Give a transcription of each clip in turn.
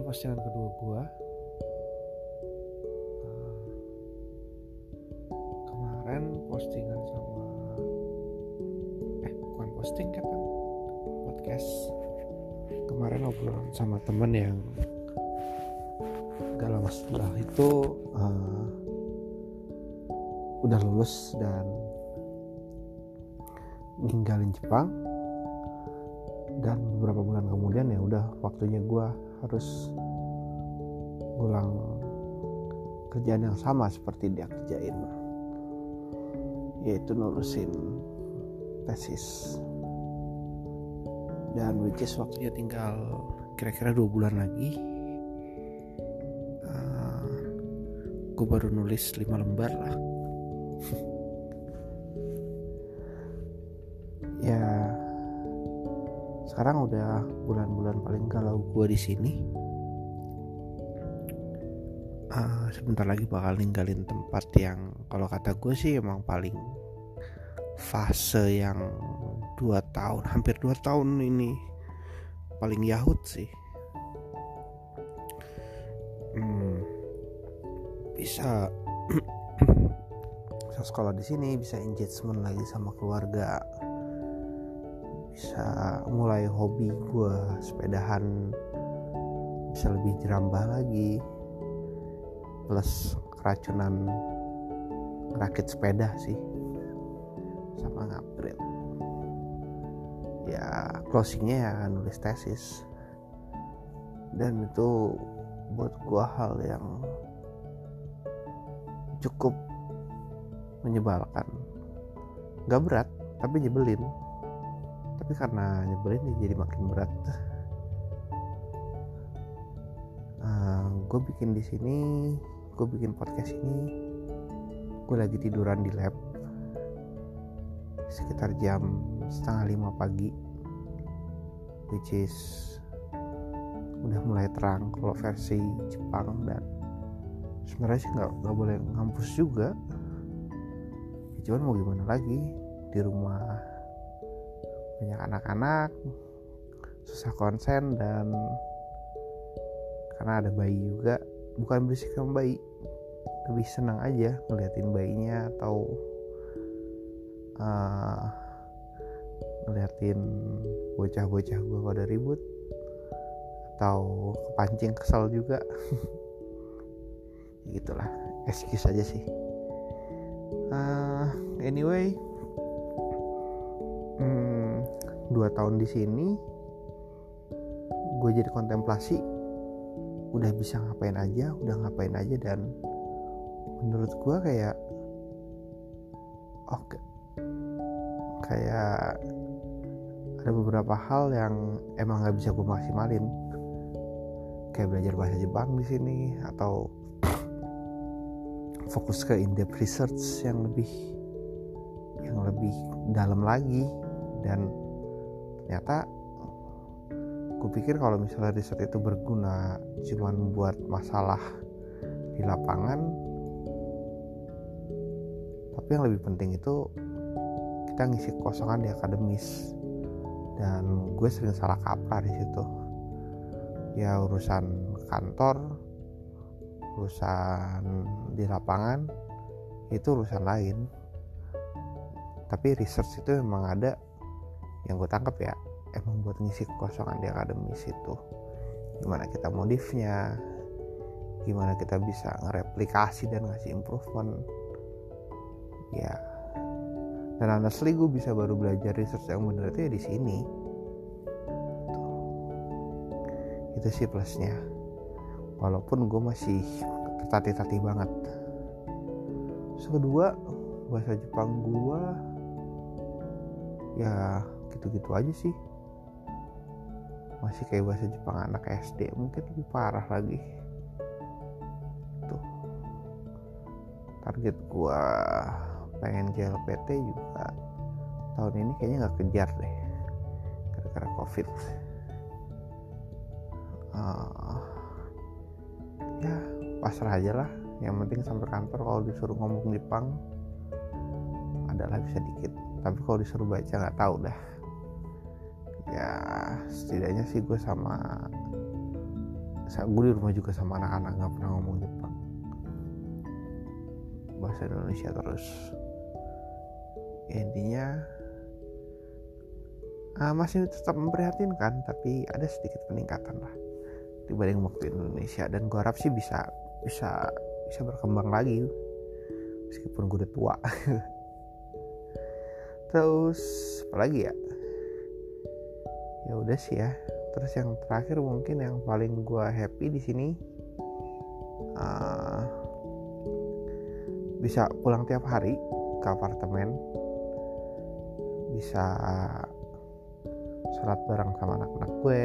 postingan kedua gue. Kemarin postingan sama bukan posting kan, podcast. Kemarin obrolan sama temen yang gak lama setelah itu udah lulus dan ninggalin Jepang. Dan beberapa bulan kemudian ya udah waktunya gue harus ngulang kerjaan yang sama seperti dia kerjain, yaitu nulisin tesis. Dan which is waktunya tinggal kira-kira 2 bulan lagi. Gue baru nulis 5 lembar lah. Ya sekarang udah bulan-bulan paling galau gue di sini. Sebentar lagi bakal ninggalin tempat yang kalau kata gue sih emang paling fase yang 2 tahun, hampir 2 tahun ini paling yahut sih. Bisa sekolah di sini, bisa engagement lagi sama keluarga, bisa mulai hobi gue sepedahan bisa lebih jerambah lagi, plus keracunan ngerakit sepeda sih sama ngupgrade. Ya closingnya ya nulis tesis, dan itu buat gue hal yang cukup menyebalkan. Gak berat tapi nyebelin, tapi karena nyebelin jadi makin berat. Gue bikin di sini, gue bikin podcast ini, gue lagi tiduran di lab sekitar jam 4:30 pagi, which is udah mulai terang kalau versi Jepang. Dan sebenarnya sih nggak boleh ngampus juga, cuman mau gimana lagi, di rumah banyak anak-anak, susah konsen. Dan karena ada bayi juga, bukan berisik sama bayi, lebih senang aja ngeliatin bayinya atau ngeliatin bocah-bocah gue pada ribut atau kepancing kesel juga. Gitulah, excuse aja sih. Anyway, 2 tahun di sini gue jadi kontemplasi, udah bisa ngapain aja, dan menurut gue kayak kayak ada beberapa hal yang emang nggak bisa gue maksimalin, kayak belajar bahasa Jepang di sini atau fokus ke in-depth research yang lebih dalam lagi. Dan ternyata gue pikir kalau misalnya riset itu berguna cuman buat masalah di lapangan, tapi yang lebih penting itu kita ngisi kekosongan di akademis. Dan gue sering salah kaprah di situ. Ya urusan kantor, urusan di lapangan itu urusan lain, tapi research itu memang ada, yang gue tangkap ya emang buat ngisi kekosongan di akademis itu. Gimana kita modifnya, gimana kita bisa ngereplikasi dan ngasih improvement ya. Dan honestly gue bisa baru belajar research yang bener itu ya di sini. Itu sih plusnya, walaupun gue masih tertatih-tatih banget. Terus kedua, bahasa Jepang gue ya gitu-gitu aja sih, masih kayak bahasa Jepang anak SD, mungkin lebih parah lagi. Tuh, target gue pengen JLPT juga tahun ini kayaknya nggak kejar deh gara-gara COVID. Ya pasrah aja lah, yang penting sampai kantor kalau disuruh ngomong Jepang adalah bisa dikit, tapi kalau disuruh baca nggak tahu dah. Ya setidaknya sih gue sama gue di rumah juga sama anak-anak nggak pernah ngomong Jepang, bahasa Indonesia terus. Ya, intinya masih tetap memprihatinkan, tapi ada sedikit peningkatan lah dibanding waktu Indonesia, dan gue harap sih bisa berkembang lagi meskipun gue udah tua. Terus apalagi ya udah sih ya. Terus yang terakhir mungkin yang paling gue happy di sini bisa pulang tiap hari ke apartemen, bisa sholat bareng sama anak-anak gue,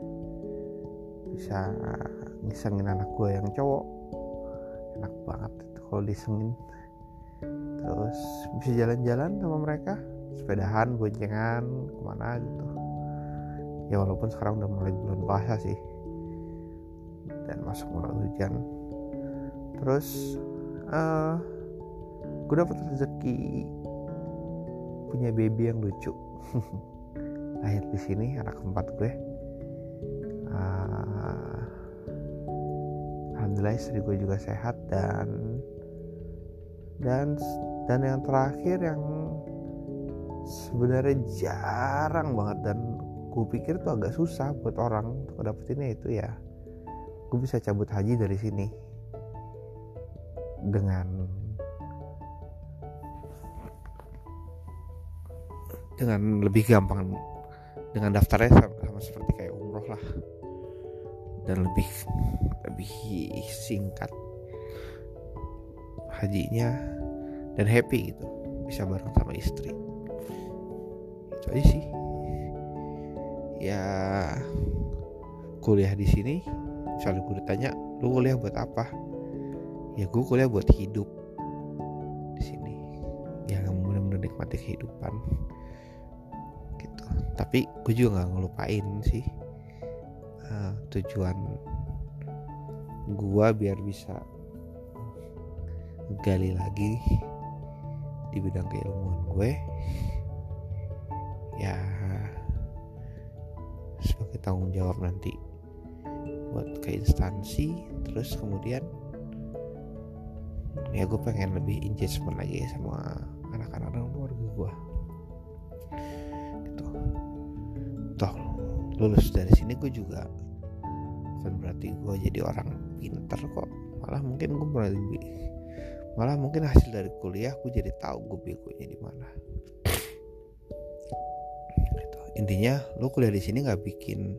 bisa ngisengin anak gue yang cowok, enak banget itu kalau disengin. Terus bisa jalan-jalan sama mereka, sepedahan, boncengan, kemana gitu. Ya walaupun sekarang udah mulai bulan puasa sih dan masuk mulai hujan. Terus gue dapet rezeki punya baby yang lucu. Lahir di sini, anak keempat gue. Alhamdulillah istri gue juga sehat, dan yang terakhir yang sebenarnya jarang banget dan gue pikir tuh agak susah buat orang untuk dapetinnya, itu ya gue bisa cabut haji dari sini dengan lebih gampang, dengan daftarnya sama seperti kayak umroh lah, dan lebih singkat hajinya, dan happy gitu, bisa bareng sama istri. Itu aja sih ya. Kuliah di sini, misalnya gue ditanya lu kuliah buat apa, ya gue kuliah buat hidup di sini, ya benar-benar nikmati kehidupan gitu. Tapi gue juga nggak ngelupain sih tujuan gue biar bisa gali lagi di bidang keilmuan gue, ya sebagai tanggung jawab nanti buat ke instansi. Terus kemudian ya gue pengen lebih engagement lagi sama anak-anak dan keluarga gue gitu. Toh lulus dari sini gue juga bukan berarti gue jadi orang pinter kok, malah mungkin hasil dari kuliah gue jadi tahu gue begonya di mana gitu. Intinya lo kuliah di sini nggak bikin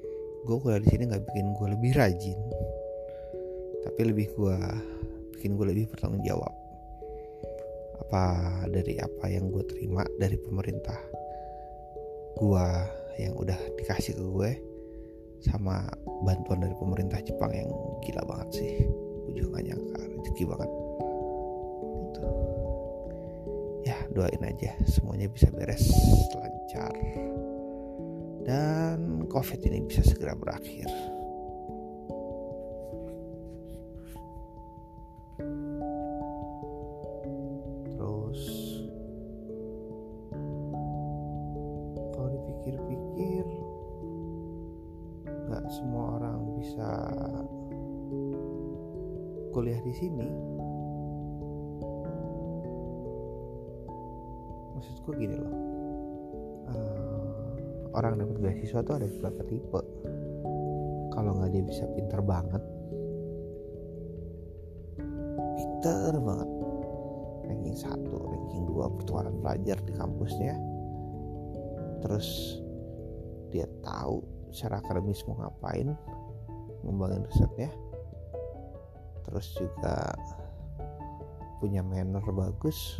gue lebih rajin, tapi bikin gue lebih bertanggung jawab dari apa yang gue terima dari pemerintah gue yang udah dikasih ke gue, sama bantuan dari pemerintah Jepang yang gila banget sih. Gue juga gak nyangka, rezeki banget gitu. Ya doain aja semuanya bisa beres lancar dan COVID ini bisa segera berakhir. Terus kalau dipikir-pikir, gak semua orang bisa kuliah di sini. Maksudku gini loh, orang dapat beasiswa tuh ada beberapa tipe. Kalau nggak dia bisa pinter banget, ranking 1, ranking 2 pertukaran pelajar di kampusnya, terus dia tahu secara akademis mau ngapain, ngembangin risetnya, terus juga punya manner bagus.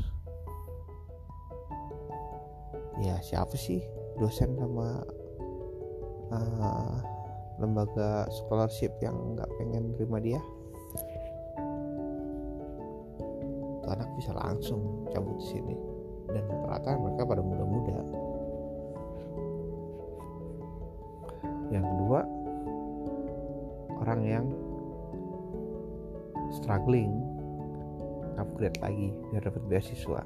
Ya siapa sih dosen sama lembaga scholarship yang nggak pengen terima dia? Tuh anak bisa langsung cabut di sini, dan rata-rata mereka pada muda-muda. Yang kedua, orang yang struggling upgrade lagi biar dapat beasiswa.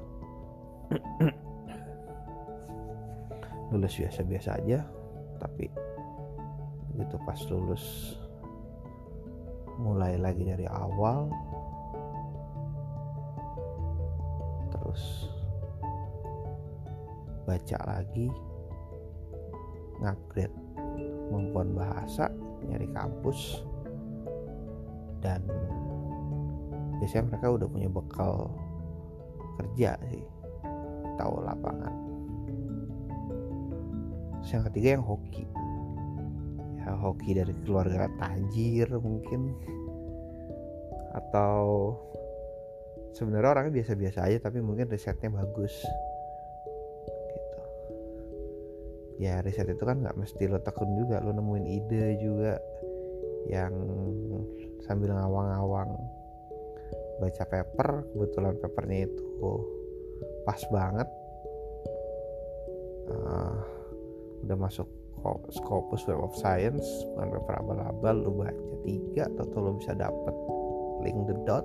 Lulus biasa-biasa aja, tapi begitu pas lulus mulai lagi dari awal, terus baca lagi, ngupgrade kemampuan bahasa, nyari kampus, dan biasanya mereka udah punya bekal kerja sih, tahu lapangan. Terus yang ketiga yang hoki, ya hoki dari keluarga tajir mungkin, atau sebenarnya orangnya biasa-biasa aja tapi mungkin risetnya bagus gitu. Ya riset itu kan nggak mesti lo tekun juga, lo nemuin ide juga yang sambil ngawang-ngawang baca paper, kebetulan papernya itu pas banget, udah masuk Scopus Web of Science, bukan paper abal-abal, lo baca 3 atau lo bisa dapet link the dot,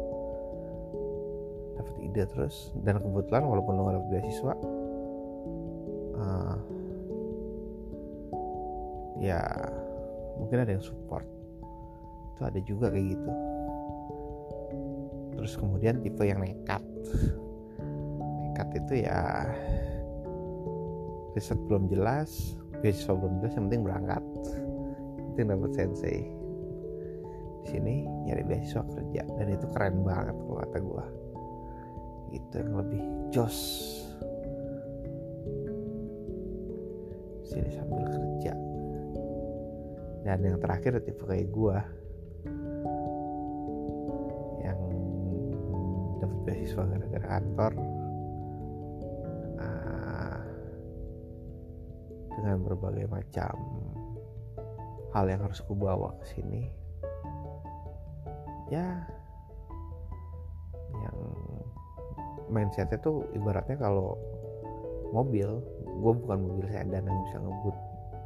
dapet ide terus. Dan kebetulan walaupun lo gak dapet beasiswa, ya mungkin ada yang support, itu ada juga kayak gitu. Terus kemudian tipe yang nekat itu ya riset belum jelas, beasiswa belum jelas, yang penting berangkat, yang penting dapat sensei. Di sini nyari beasiswa kerja, dan itu keren banget kalau kata gue, itu yang lebih jos. Sini sambil kerja. Dan yang terakhir tipe kayak gue yang dapat beasiswa gara-gara kantor, dengan berbagai macam hal yang harus gue bawa ke sini. Ya, yang mindsetnya tuh ibaratnya kalau mobil, gue bukan mobil sedan yang bisa ngebut,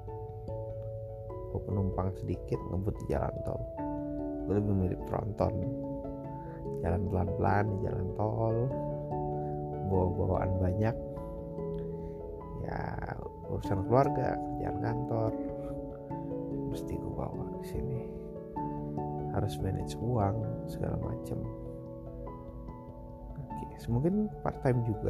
gue penumpang sedikit ngebut di jalan tol. Gue lebih mirip tronton, jalan pelan-pelan di jalan tol, bawa-bawaan banyak, ya urusan keluarga, kerjaan kantor, mesti gue bawa di sini. Harus manage uang segala macam. Oke, mungkin part time juga.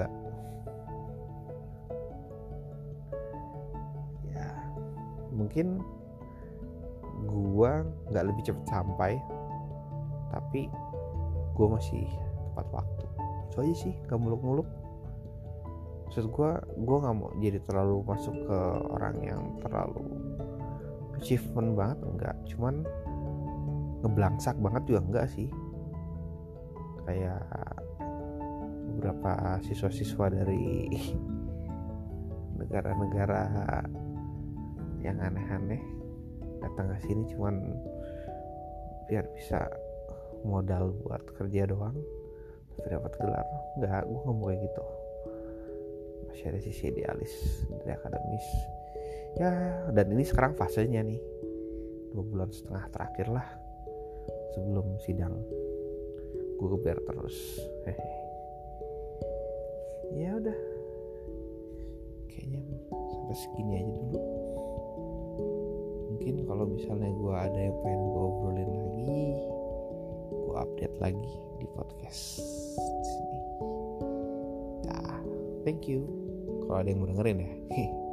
Ya, mungkin gue nggak lebih cepat sampai, tapi gue masih tepat waktu. Itu aja sih, nggak muluk-muluk. Maksud gue nggak mau jadi terlalu masuk ke orang yang terlalu achievement banget, enggak. Cuman ngeblangsak banget juga enggak sih. Kayak beberapa siswa-siswa dari negara-negara yang aneh-aneh datang ke sini cuman biar bisa modal buat kerja doang tapi dapat gelar. Enggak, gue nggak mau kayak gitu. Masih ada sisi idealis dari akademis ya. Dan ini sekarang fasenya nih 2,5 bulan terakhir lah sebelum sidang, gue geber terus. Ya udah, kayaknya sampai segini aja dulu. Mungkin kalau misalnya gue ada yang pengen gue obrolin lagi, gue update lagi di podcast sini. Nah, thank you kalau ada yang mau dengerin ya.